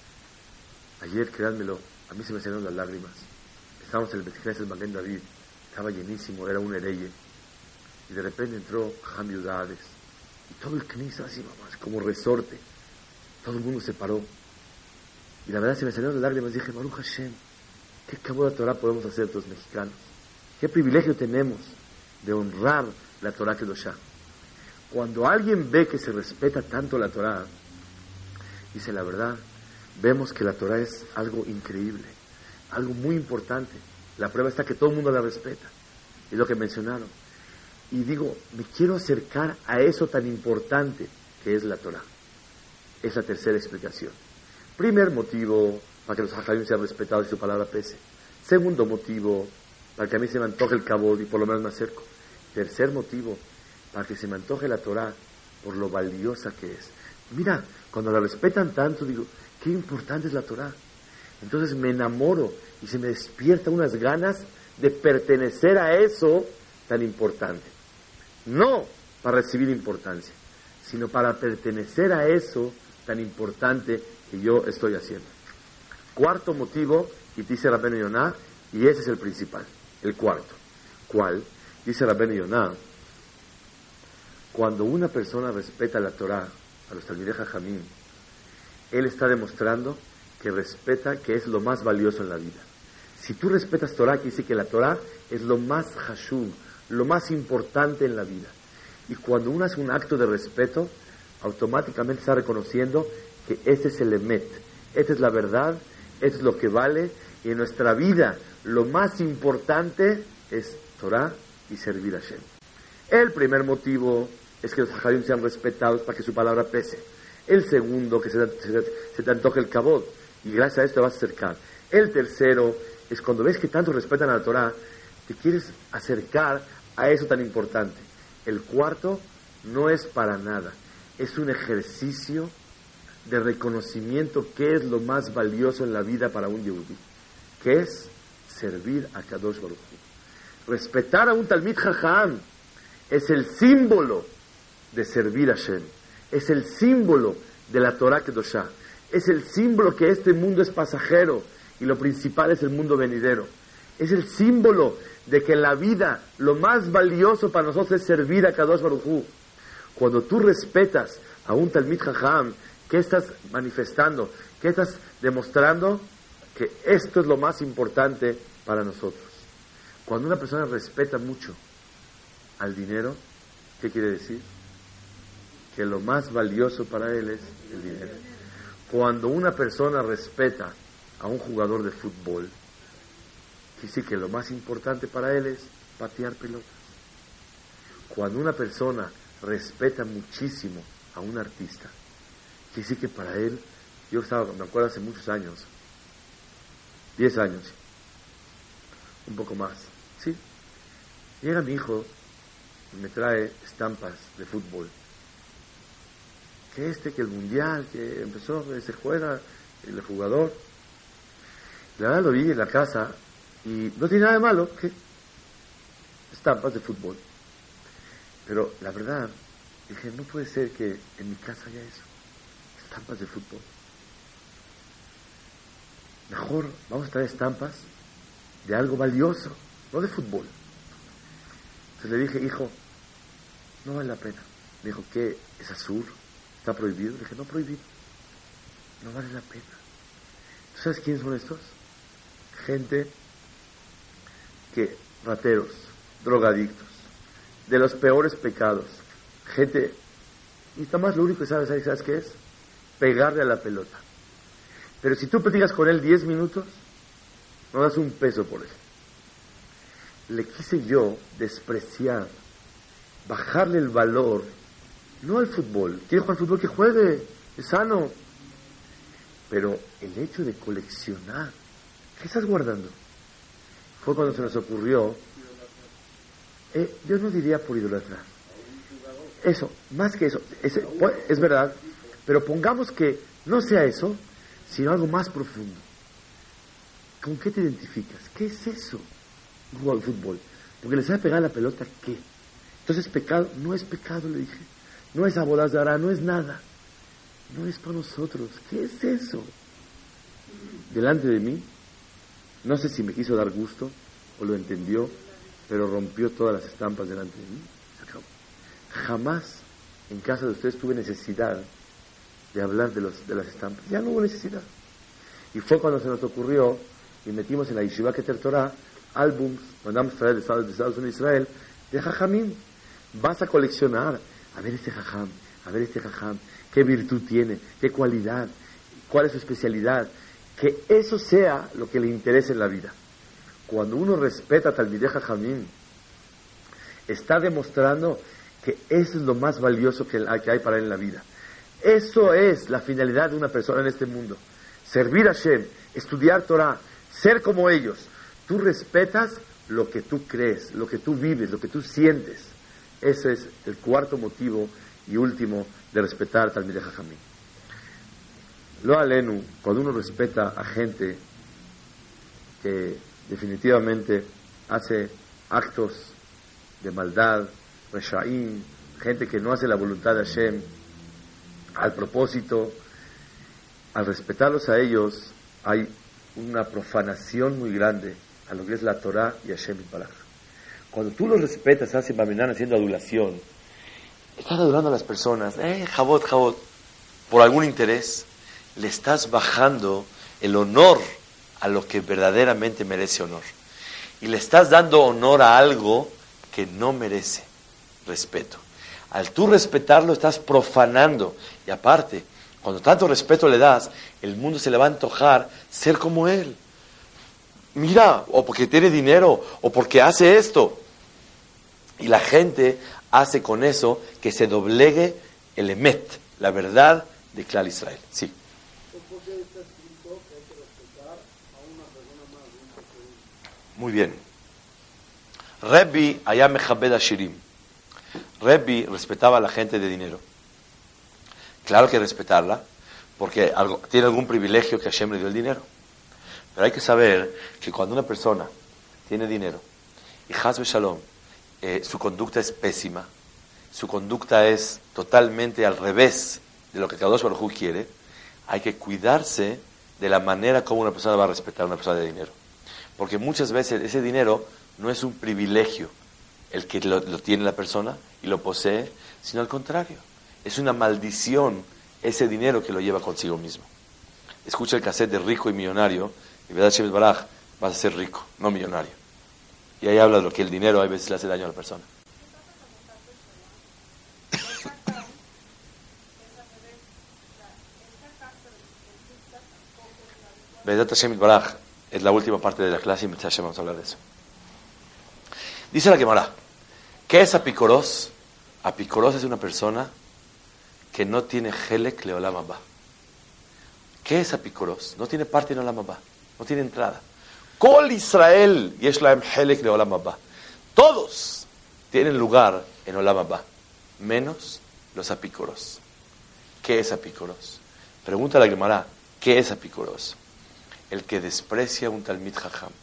Ayer, créanmelo, a mí se me salieron las lágrimas. Estábamos en el Beit Knesset Maguen David, estaba llenísimo, era un hereye, y de repente entró Jajam Yudades, y todo el Knesset así, mamás, como resorte, todo el mundo se paró, y la verdad se me salieron las lágrimas. Dije, Baruch Hashem, qué cabo de Torah podemos hacer los mexicanos, qué privilegio tenemos de honrar la Torah Kedoshá. Cuando alguien ve que se respeta tanto la Torah, dice la verdad, vemos que la Torah es algo increíble, algo muy importante. La prueba está que todo el mundo la respeta, es lo que mencionaron. Y digo, me quiero acercar a eso tan importante que es la Torah. Es la tercera explicación. Primer motivo, para que los hajamim sean respetados y su palabra pese. Segundo motivo, para que a mí se me antoje el kabod y por lo menos me acerco. Tercer motivo, para que se me antoje la Torah por lo valiosa que es. Mira, cuando la respetan tanto, digo, qué importante es la Torah. Entonces me enamoro y se me despierta unas ganas de pertenecer a eso tan importante. No para recibir importancia, sino para pertenecer a eso tan importante que yo estoy haciendo. Cuarto motivo, y dice Rabbeinu Yonah, y ese es el principal, el cuarto. ¿Cuál? Dice Rabbeinu Yonah, cuando una persona respeta la Torah, a los Talmidei Jajamim, él está demostrando que respeta que es lo más valioso en la vida. Si tú respetas Torah, quiere decir que la Torah es lo más hashub, lo más importante en la vida. Y cuando uno hace un acto de respeto, automáticamente está reconociendo que ese es el emet, esta es la verdad, esto es lo que vale, y en nuestra vida lo más importante es Torah y servir a Hashem. El primer motivo es que los hajamim sean respetados para que su palabra pese. El segundo, que se, se, se te antoje el kabod, y gracias a esto te vas a acercar. El tercero es cuando ves que tanto respetan a la Torah, te quieres acercar a eso tan importante. El cuarto no es para nada, es un ejercicio de reconocimiento que es lo más valioso en la vida para un yehudí, que es servir a Kadosh Baruj Hu. Respetar a un Talmid Jajam es el símbolo de servir a Hashem, es el símbolo de la Torah Kedoshá, es el símbolo que este mundo es pasajero y lo principal es el mundo venidero. Es el símbolo de que en la vida lo más valioso para nosotros es servir a Kadosh Baruj Hu. Cuando tú respetas a un Talmid Jajam, ¿qué estás manifestando? ¿Qué estás demostrando? Que esto es lo más importante para nosotros. Cuando una persona respeta mucho al dinero, ¿qué quiere decir? Que lo más valioso para él es el dinero. Cuando una persona respeta a un jugador de fútbol, quiere decir que lo más importante para él es patear pelotas. Cuando una persona respeta muchísimo a un artista, quiere decir que para él, yo estaba, me acuerdo hace muchos años, diez años, un poco más, ¿sí? Llega mi hijo y me trae estampas de fútbol. Que este, que el mundial, que empezó, que se juega, el jugador. La verdad lo vi en la casa y no tiene nada de malo, que estampas de fútbol. Pero la verdad, dije, no puede ser que en mi casa haya eso, estampas de fútbol. Mejor vamos a traer estampas de algo valioso, no de fútbol. Entonces le dije, hijo, no vale la pena. Me dijo, ¿qué? ¿Es azul? ¿Está prohibido? Le dije, no prohibido. No vale la pena. ¿Tú sabes quiénes son estos? Gente que, rateros, drogadictos, de los peores pecados. Gente, y está más lo único que sabes, ¿sabes qué es? Pegarle a la pelota. Pero si tú platicas con él diez minutos, no das un peso por él. Le quise yo despreciar, bajarle el valor, no al fútbol. Quiere jugar al fútbol, que juegue, es sano. Pero el hecho de coleccionar, ¿qué estás guardando? Fue cuando se nos ocurrió, eh, yo no diría por idolatrar. Eso, más que eso, es, es verdad, pero pongamos que no sea eso, sino algo más profundo. ¿Con qué te identificas? ¿Qué es eso? Jugar fútbol. Porque le sabe pegar la pelota, ¿qué? Entonces pecado, no es pecado, le dije. No es abolazará, no es nada. No es para nosotros. ¿Qué es eso? Delante de mí, no sé si me quiso dar gusto o lo entendió, pero rompió todas las estampas delante de mí. Se acabó. Jamás en casa de ustedes tuve necesidad de hablar de, los, de las estampas. Ya no hubo necesidad. Y fue cuando se nos ocurrió y metimos en la Yeshiva Keter Torah álbums, mandamos traer de Estados, de Estados Unidos, Israel, de Jajamín. Vas a coleccionar, a ver este Jajam, a ver este Jajam, qué virtud tiene, qué cualidad, cuál es su especialidad, que eso sea lo que le interese en la vida. Cuando uno respeta a Talmidei Jajamín, está demostrando que eso es lo más valioso que hay para él en la vida. Eso es la finalidad de una persona en este mundo. Servir a Hashem, estudiar Torah, ser como ellos. Tú respetas lo que tú crees, lo que tú vives, lo que tú sientes. Ese es el cuarto motivo y último de respetar Talmidei Jajamín. Lo alenu, cuando uno respeta a gente que definitivamente hace actos de maldad, reshaim, gente que no hace la voluntad de Hashem, al propósito, al respetarlos a ellos, hay una profanación muy grande a lo que es la Torah y Hashem Yitbaraj. Cuando tú los respetas, hacen Baminan haciendo adulación, estás adulando a las personas, eh, jabot, jabot, por algún interés, le estás bajando el honor a lo que verdaderamente merece honor. Y le estás dando honor a algo que no merece respeto. Al tú respetarlo, estás profanando. Y aparte, cuando tanto respeto le das, el mundo se le va a antojar ser como él. Mira, o porque tiene dinero, o porque hace esto. Y la gente hace con eso que se doblegue el emet, la verdad de Klal Israel. Sí. Muy bien. Rebbi allá mechabed ashirim. Rebbi respetaba a la gente de dinero. Claro que respetarla, porque algo, tiene algún privilegio que Hashem le dio el dinero. Pero hay que saber que cuando una persona tiene dinero y Chas v'Shalom, eh, su conducta es pésima, su conducta es totalmente al revés de lo que Kadosh Baruj Hu quiere, hay que cuidarse de la manera como una persona va a respetar a una persona de dinero. Porque muchas veces ese dinero no es un privilegio el que lo, lo tiene la persona y lo posee, sino al contrario, es una maldición ese dinero que lo lleva consigo mismo. Escucha el cassette de Rico y Millonario, y verdad, Hashem Yitbaraj, vas a ser rico, no millonario. Y ahí habla de lo que el dinero a veces le hace daño a la persona. Verdad, Hashem Yitbaraj, es la última parte de la clase y vamos a hablar de eso. Dice la Gemara, ¿qué es apicoros? Apicoros es una persona que no tiene helek leolam haba. ¿Qué es apicoros? No tiene parte en olam haba, no tiene entrada. Kol Israel yesh lahem helek leolam haba. Todos tienen lugar en olam haba, menos los apicoros. ¿Qué es apicoros? Pregunta a la Gemara, ¿qué es apicoros? El que desprecia a un talmid jajam,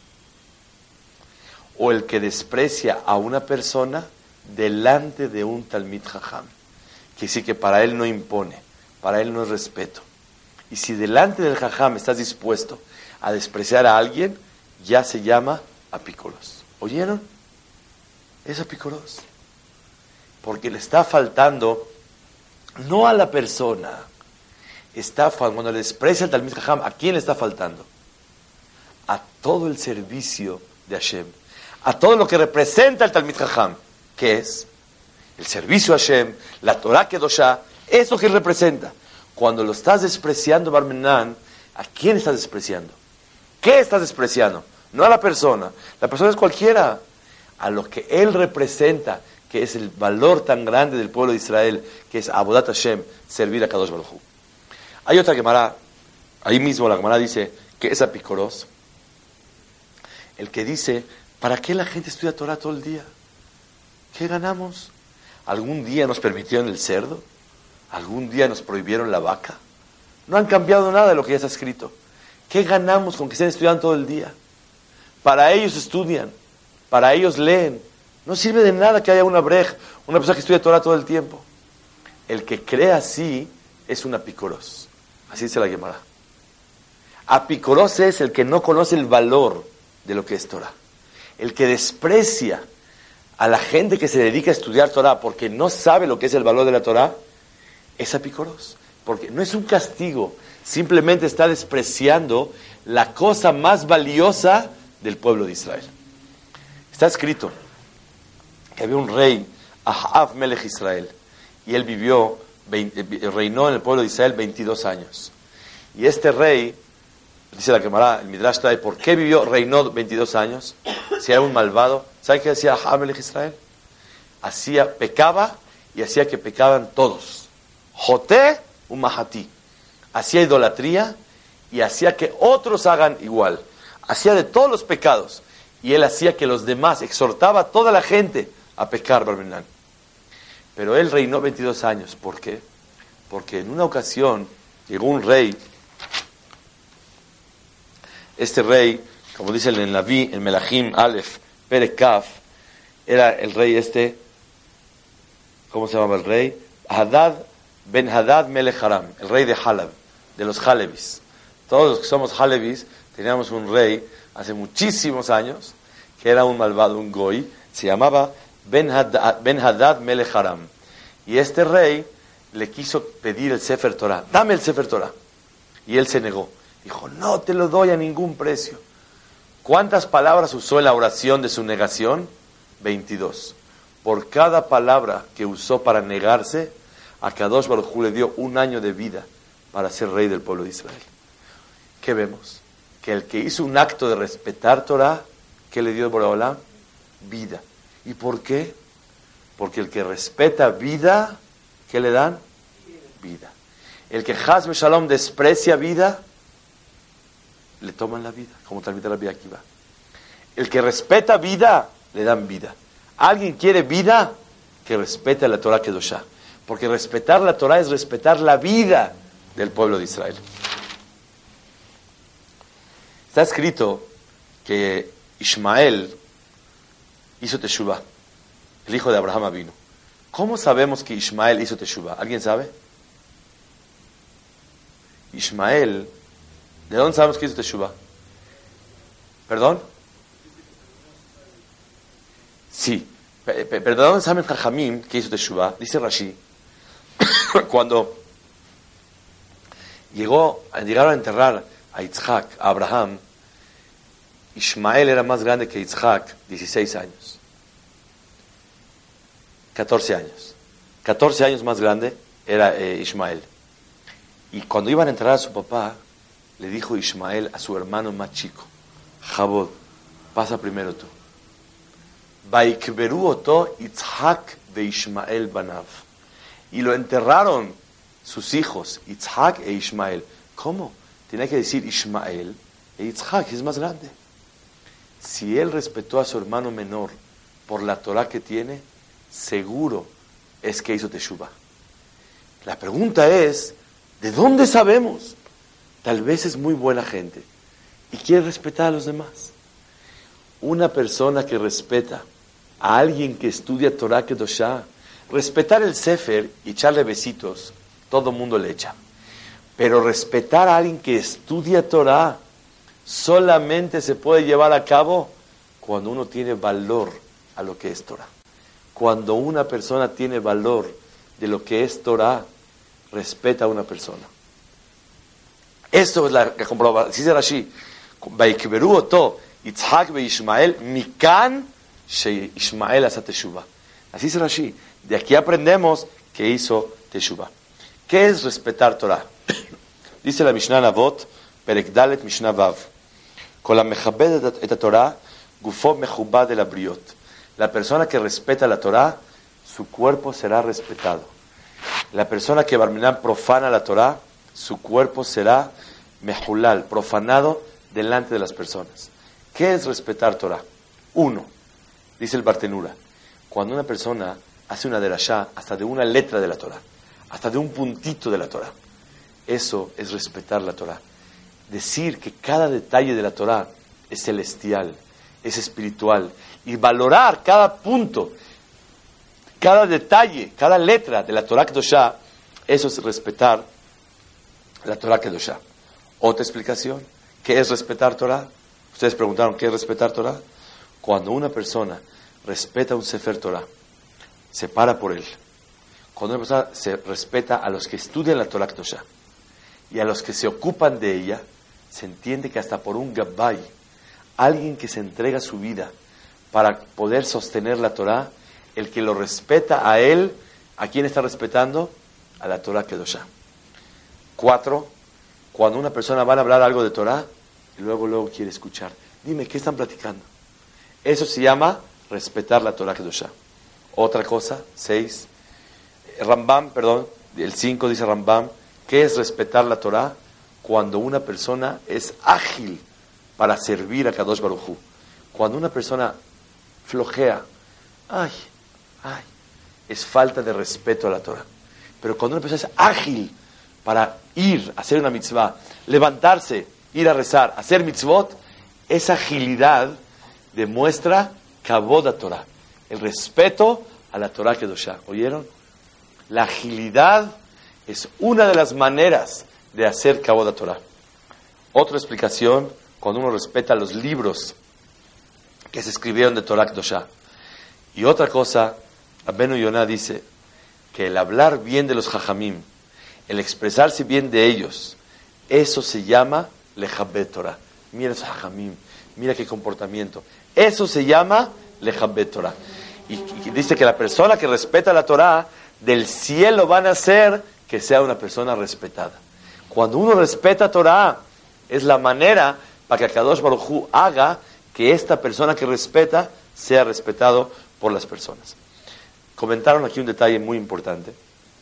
o el que desprecia a una persona delante de un talmid jajam, que sí que para él no impone, para él no es respeto. Y si delante del jajam estás dispuesto a despreciar a alguien, ya se llama apicoros. ¿Oyeron? Es apicoros. Porque le está faltando, no a la persona, está cuando le desprecia al talmid jajam, ¿a quién le está faltando? A todo el servicio de Hashem, a todo lo que representa el talmid jajam, que es el servicio a Hashem, la Torah Kedoshá, eso que representa. Cuando lo estás despreciando, Barmenan, ¿a quién estás despreciando? ¿Qué estás despreciando? No a la persona, la persona es cualquiera, a lo que él representa, que es el valor tan grande del pueblo de Israel, que es Abodat Hashem, servir a Kadosh Baruj Hu. Hay otra Gemara, ahí mismo la Gemara dice, que es apicoros, el que dice, ¿para qué la gente estudia Torah todo el día? ¿Qué ganamos? ¿Algún día nos permitieron el cerdo? ¿Algún día nos prohibieron la vaca? No han cambiado nada de lo que ya está escrito. ¿Qué ganamos con que estén estudiando todo el día? Para ellos estudian, para ellos leen. No sirve de nada que haya una brej, una persona que estudia Torah todo el tiempo. El que cree así es un apicoros. Así se la llamará. Apicoros es el que no conoce el valor de lo que es Torah. El que desprecia a la gente que se dedica a estudiar Torah porque no sabe lo que es el valor de la Torah, es apicoros. Porque no es un castigo, simplemente está despreciando la cosa más valiosa del pueblo de Israel. Está escrito que había un rey, Ahav Melech Israel, y él vivió, reinó en el pueblo de Israel veintidós años. Y este rey, dice la Gemara, el Midrash trae, ¿por qué vivió, reinó veintidós años? Si era un malvado. ¿Sabe qué hacía Ahav Melech Israel? Hacía, pecaba y hacía que pecaban todos. Joté un mahatí. Hacía idolatría y hacía que otros hagan igual. Hacía de todos los pecados. Y él hacía que los demás, exhortaba a toda la gente a pecar, Barmenán. Pero él reinó veintidós años. ¿Por qué? Porque en una ocasión llegó un rey. Este rey, como dice el Naví, el Melahim Aleph Perek Kaf, era el rey este, ¿cómo se llamaba el rey? Hadad Ben Hadad Melech Haram, el rey de Halab, de los Halevis. Todos los que somos Halevis teníamos un rey hace muchísimos años que era un malvado, un goy, se llamaba Ben Hadad, Ben Hadad Melech Haram. Y este rey le quiso pedir el Sefer Torah, dame el Sefer Torah. Y él se negó. Dijo, no te lo doy a ningún precio. ¿Cuántas palabras usó en la oración de su negación? veintidós. Por cada palabra que usó para negarse, a Kadosh Baruj Hu le dio un año de vida para ser rey del pueblo de Israel. ¿Qué vemos? Que el que hizo un acto de respetar Torah, ¿qué le dio Borei Olam? Vida. ¿Y por qué? Porque el que respeta vida, ¿qué le dan? Vida. El que Chas v'Shalom desprecia vida, le toman la vida, como transmite la vida aquí va. El que respeta vida, le dan vida. ¿Alguien quiere vida? Que respete la Torah Kedoshá. Porque respetar la Torah es respetar la vida del pueblo de Israel. Está escrito que Ismael hizo Teshuvah, el hijo de Abraham vino. ¿Cómo sabemos que Ismael hizo Teshuvah? ¿Alguien sabe? Ismael, ¿de dónde sabemos que hizo Teshuvah? ¿Perdón? Sí. ¿Pero de dónde saben Jajamim que hizo Teshuvah? Dice Rashi. Cuando llegó, llegaron a enterrar a Yitzhak, a Abraham, Ismael era más grande que Yitzhak, dieciséis años. catorce años. catorce años más grande era eh, Ismael. Y cuando iban a enterrar a su papá, le dijo Ismael a su hermano más chico, Jabod, pasa primero tú. Vaikberu oto Yitzhak ve Ismael banav. Y lo enterraron sus hijos, Yitzhak e Ismael. ¿Cómo? Tiene que decir Ismael e Yitzhak, es más grande. Si él respetó a su hermano menor por la Torah que tiene, seguro es que hizo Teshuvah. La pregunta es, ¿de dónde sabemos? Tal vez es muy buena gente y quiere respetar a los demás. Una persona que respeta a alguien que estudia Torah Kedoshá, respetar el Sefer y echarle besitos, todo el mundo le echa. Pero respetar a alguien que estudia Torah solamente se puede llevar a cabo cuando uno tiene valor a lo que es Torah. Cuando una persona tiene valor de lo que es Torah, respeta a una persona. Esto es la que comprobaba. Dice Rashi, Vaikberu oto Yitzhak ve Ishmael mikan she Ishmael asa teshuvah. Así dice Rashi. De aquí aprendemos que hizo teshuvah. ¿Qué es respetar Torah? Dice la Mishnah Navot, Perek Dalet Mishnah Vav. Con la mechabed et Torah, gufo mechubad el abriot. La persona que respeta la Torah, su cuerpo será respetado. La persona que barminan profana la Torah, su cuerpo será mehulal, profanado delante de las personas. ¿Qué es respetar Torah? Uno, dice el Bartenura, cuando una persona hace una derashá hasta de una letra de la Torah, hasta de un puntito de la Torah, eso es respetar la Torah. decir que cada detalle de la Torah es celestial, es espiritual, y valorar cada punto, cada detalle, cada letra de la Torah Kedoshá, eso es respetar la Torah Kedoshá. Otra explicación, ¿qué es respetar Torah? Ustedes preguntaron, ¿qué es respetar Torah? Cuando una persona respeta un Sefer Torah, se para por él. Cuando una persona se respeta a los que estudian la Torah Kedoshá y a los que se ocupan de ella, se entiende que hasta por un Gabbai, alguien que se entrega su vida para poder sostener la Torah, el que lo respeta a él, ¿a quién está respetando? A la Torah Kedoshá. Cuatro, cuando una persona va a hablar algo de Torah, y luego, luego quiere escuchar. Dime, ¿qué están platicando? Eso se llama respetar la Torah Kedoshá. Otra cosa, seis, Rambam, perdón, el cinco dice Rambam, ¿qué es respetar la Torah? Cuando una persona es ágil para servir a Kadosh Baruj Hu. Cuando una persona flojea, ay, ay, es falta de respeto a la Torah. Pero cuando una persona es ágil para ir a hacer una mitzvah, levantarse, ir a rezar, hacer mitzvot, esa agilidad demuestra Kavod a Torah, el respeto a la Torah Kedoshá. ¿Oyeron? La agilidad es una de las maneras de hacer Kavod a Torah. Otra explicación, cuando uno respeta los libros que se escribieron de Torah Kedoshá. Y otra cosa, Rabbeinu Yonah dice que el hablar bien de los Jajamim, el expresarse bien de ellos, eso se llama Lejabbet Torah. Mira esos Jajamim, mira qué comportamiento. Eso se llama Lejabbet Torah. Y, y dice que la persona que respeta la Torah, del cielo van a hacer que sea una persona respetada. Cuando uno respeta Torah, es la manera para que Kadosh Baruj Hu haga que esta persona que respeta sea respetado por las personas. Comentaron aquí un detalle muy importante.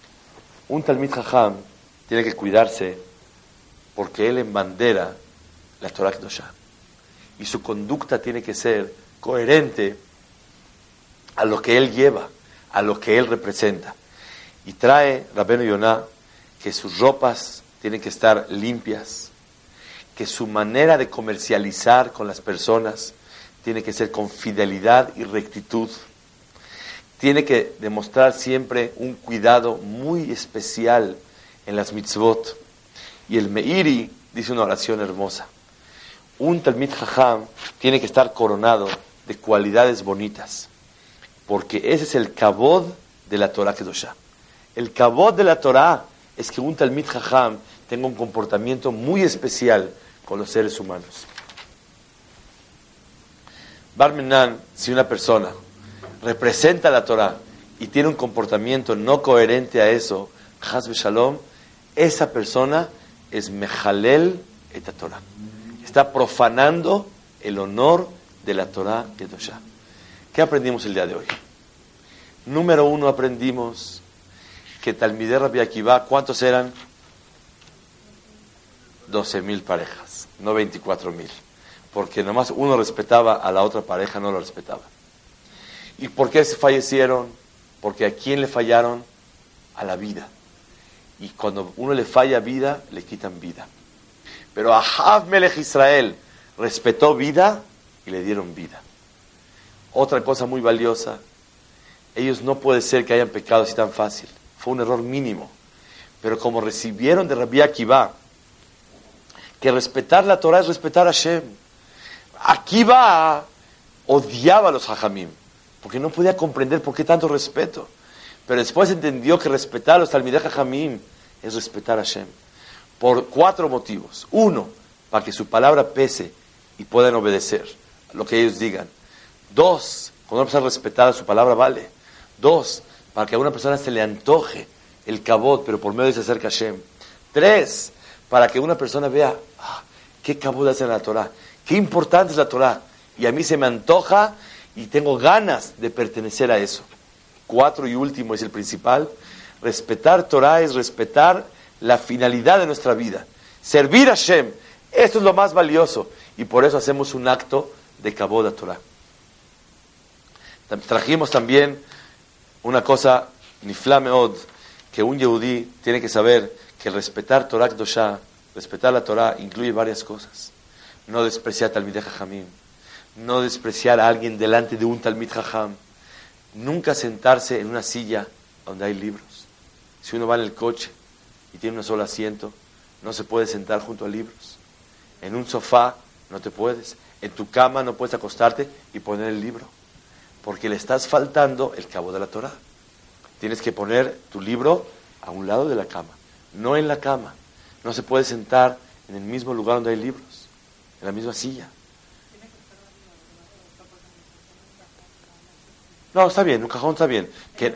Un Talmid Jajam tiene que cuidarse porque él embandera la Torah Kedoshá. Y su conducta tiene que ser coherente a lo que él lleva, a lo que él representa. Y trae Rabbeinu Yonah que sus ropas tienen que estar limpias, que su manera de comercializar con las personas tiene que ser con fidelidad y rectitud. Tiene que demostrar siempre un cuidado muy especial en las mitzvot. Y el Meiri dice una oración hermosa. Un Talmid Jajam tiene que estar coronado de cualidades bonitas, porque ese es el Kavod de la Torah Kedoshá. El Kavod de la Torah es que un Talmid Jajam tenga un comportamiento muy especial con los seres humanos. Bar Minan, si una persona representa la Torah y tiene un comportamiento no coherente a eso, Chas v'Shalom, esa persona es Mejalel et Torah. Está profanando el honor de la Torah Kedoshá. ¿Qué aprendimos el día de hoy? Número uno, aprendimos que Talmidei Rabbi Akiva, ¿cuántos eran? doce mil parejas, no veinticuatro mil. Porque nomás uno respetaba a la otra pareja, no lo respetaba. ¿Y por qué se fallecieron? Porque ¿a quién le fallaron? A la vida. Y cuando uno le falla vida, le quitan vida. Pero Ahav Melech Israel respetó vida y le dieron vida. Otra cosa muy valiosa, ellos no puede ser que hayan pecado así tan fácil. Fue un error mínimo. Pero como recibieron de Rabbi Akiva, que respetar la Torah es respetar a Hashem. Akiva odiaba a los Jajamim, porque no podía comprender por qué tanto respeto. Pero después entendió que respetar a los Talmidei Jajamim es respetar a Hashem. Por cuatro motivos. Uno, para que su palabra pese y puedan obedecer lo que ellos digan. Dos, cuando una persona respetada, su palabra vale. Dos, para que a una persona se le antoje el kabod, pero por medio de se acerca a Hashem. Tres, para que una persona vea, ah, qué kabod hace en la Torah, qué importante es la Torah, y a mí se me antoja y tengo ganas de pertenecer a eso. Cuatro y último es el principal. Respetar Torah es respetar la finalidad de nuestra vida. Servir a Hashem, esto es lo más valioso, y por eso hacemos un acto de kabod a Torah. Trajimos también una cosa nifla meod, que un yehudí tiene que saber que respetar Torah Kedoshá respetar la Torah incluye varias cosas. No despreciar Talmidei Jajamim, no despreciar a alguien delante de un Talmid Jajam, nunca sentarse en una silla donde hay libros. Si uno va en el coche y tiene un solo asiento, no se puede sentar junto a libros. En un sofá no te puedes. En tu cama no puedes acostarte y poner el libro, porque le estás faltando el cabo de la Torah. Tienes que poner tu libro a un lado de la cama, no en la cama. No se puede sentar en el mismo lugar donde hay libros, en la misma silla. No, está bien, un cajón está bien. Que,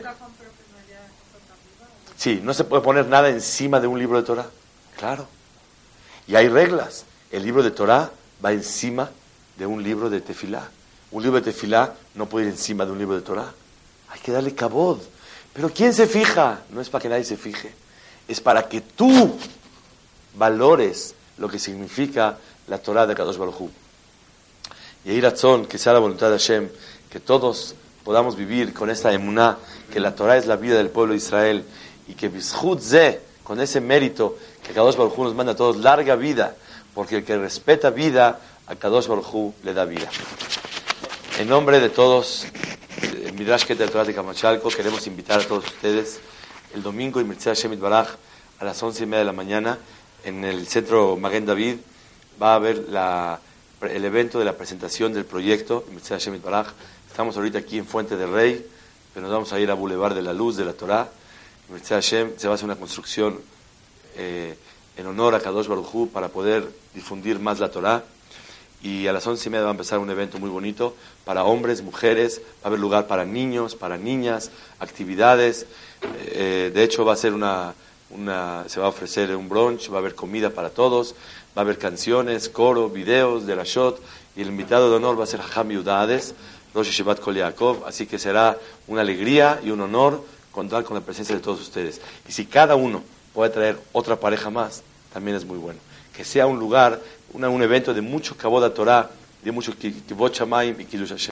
sí, no se puede poner nada encima de un libro de Torah. Claro. Y hay reglas. El libro de Torah va encima de un libro de Tefilá. Un libro de Tefilá no puede ir encima de un libro de Torah. Hay que darle cabod. Pero ¿quién se fija? No es para que nadie se fije. Es para que tú valores lo que significa la Torah de Kadosh Baruj Hu. Y ahí razón, que sea la voluntad de Hashem, que todos podamos vivir con esta emuná, que la Torah es la vida del pueblo de Israel, y que Bishut Zeh, con ese mérito que Kadosh Baruj Hu nos manda a todos, larga vida, porque el que respeta vida, a Kadosh Baruj Hu le da vida. En nombre de todos, en Midrash Keter Torah de Camachalco, queremos invitar a todos ustedes el domingo, y Mircea Hashem Itbaraj, a las once y media de la mañana, en el centro Maguen David, va a haber la, el evento de la presentación del proyecto, Mircea Hashem Itbaraj. Estamos ahorita aquí en Fuente del Rey, pero nos vamos a ir a Boulevard de la Luz, de la Torah. Mircea Hashem, se va a hacer una construcción eh, en honor a Kadosh Baruj Hu para poder difundir más la Torah. Y a las once y media va a empezar un evento muy bonito para hombres, mujeres, va a haber lugar para niños, para niñas, actividades. Eh, de hecho va a ser una, una, se va a ofrecer un brunch, va a haber comida para todos, va a haber canciones, coro, videos de la Shot, y el invitado de honor va a ser Jajam Yudades, Rosh Yeshivat Kol Yaakov, así que será una alegría y un honor contar con la presencia de todos ustedes. Y si cada uno puede traer otra pareja más, también es muy bueno. Que sea un lugar, una, un evento de mucho Kabod HaTorah, de mucho Kivot Shamayim y Kiddush Hashem.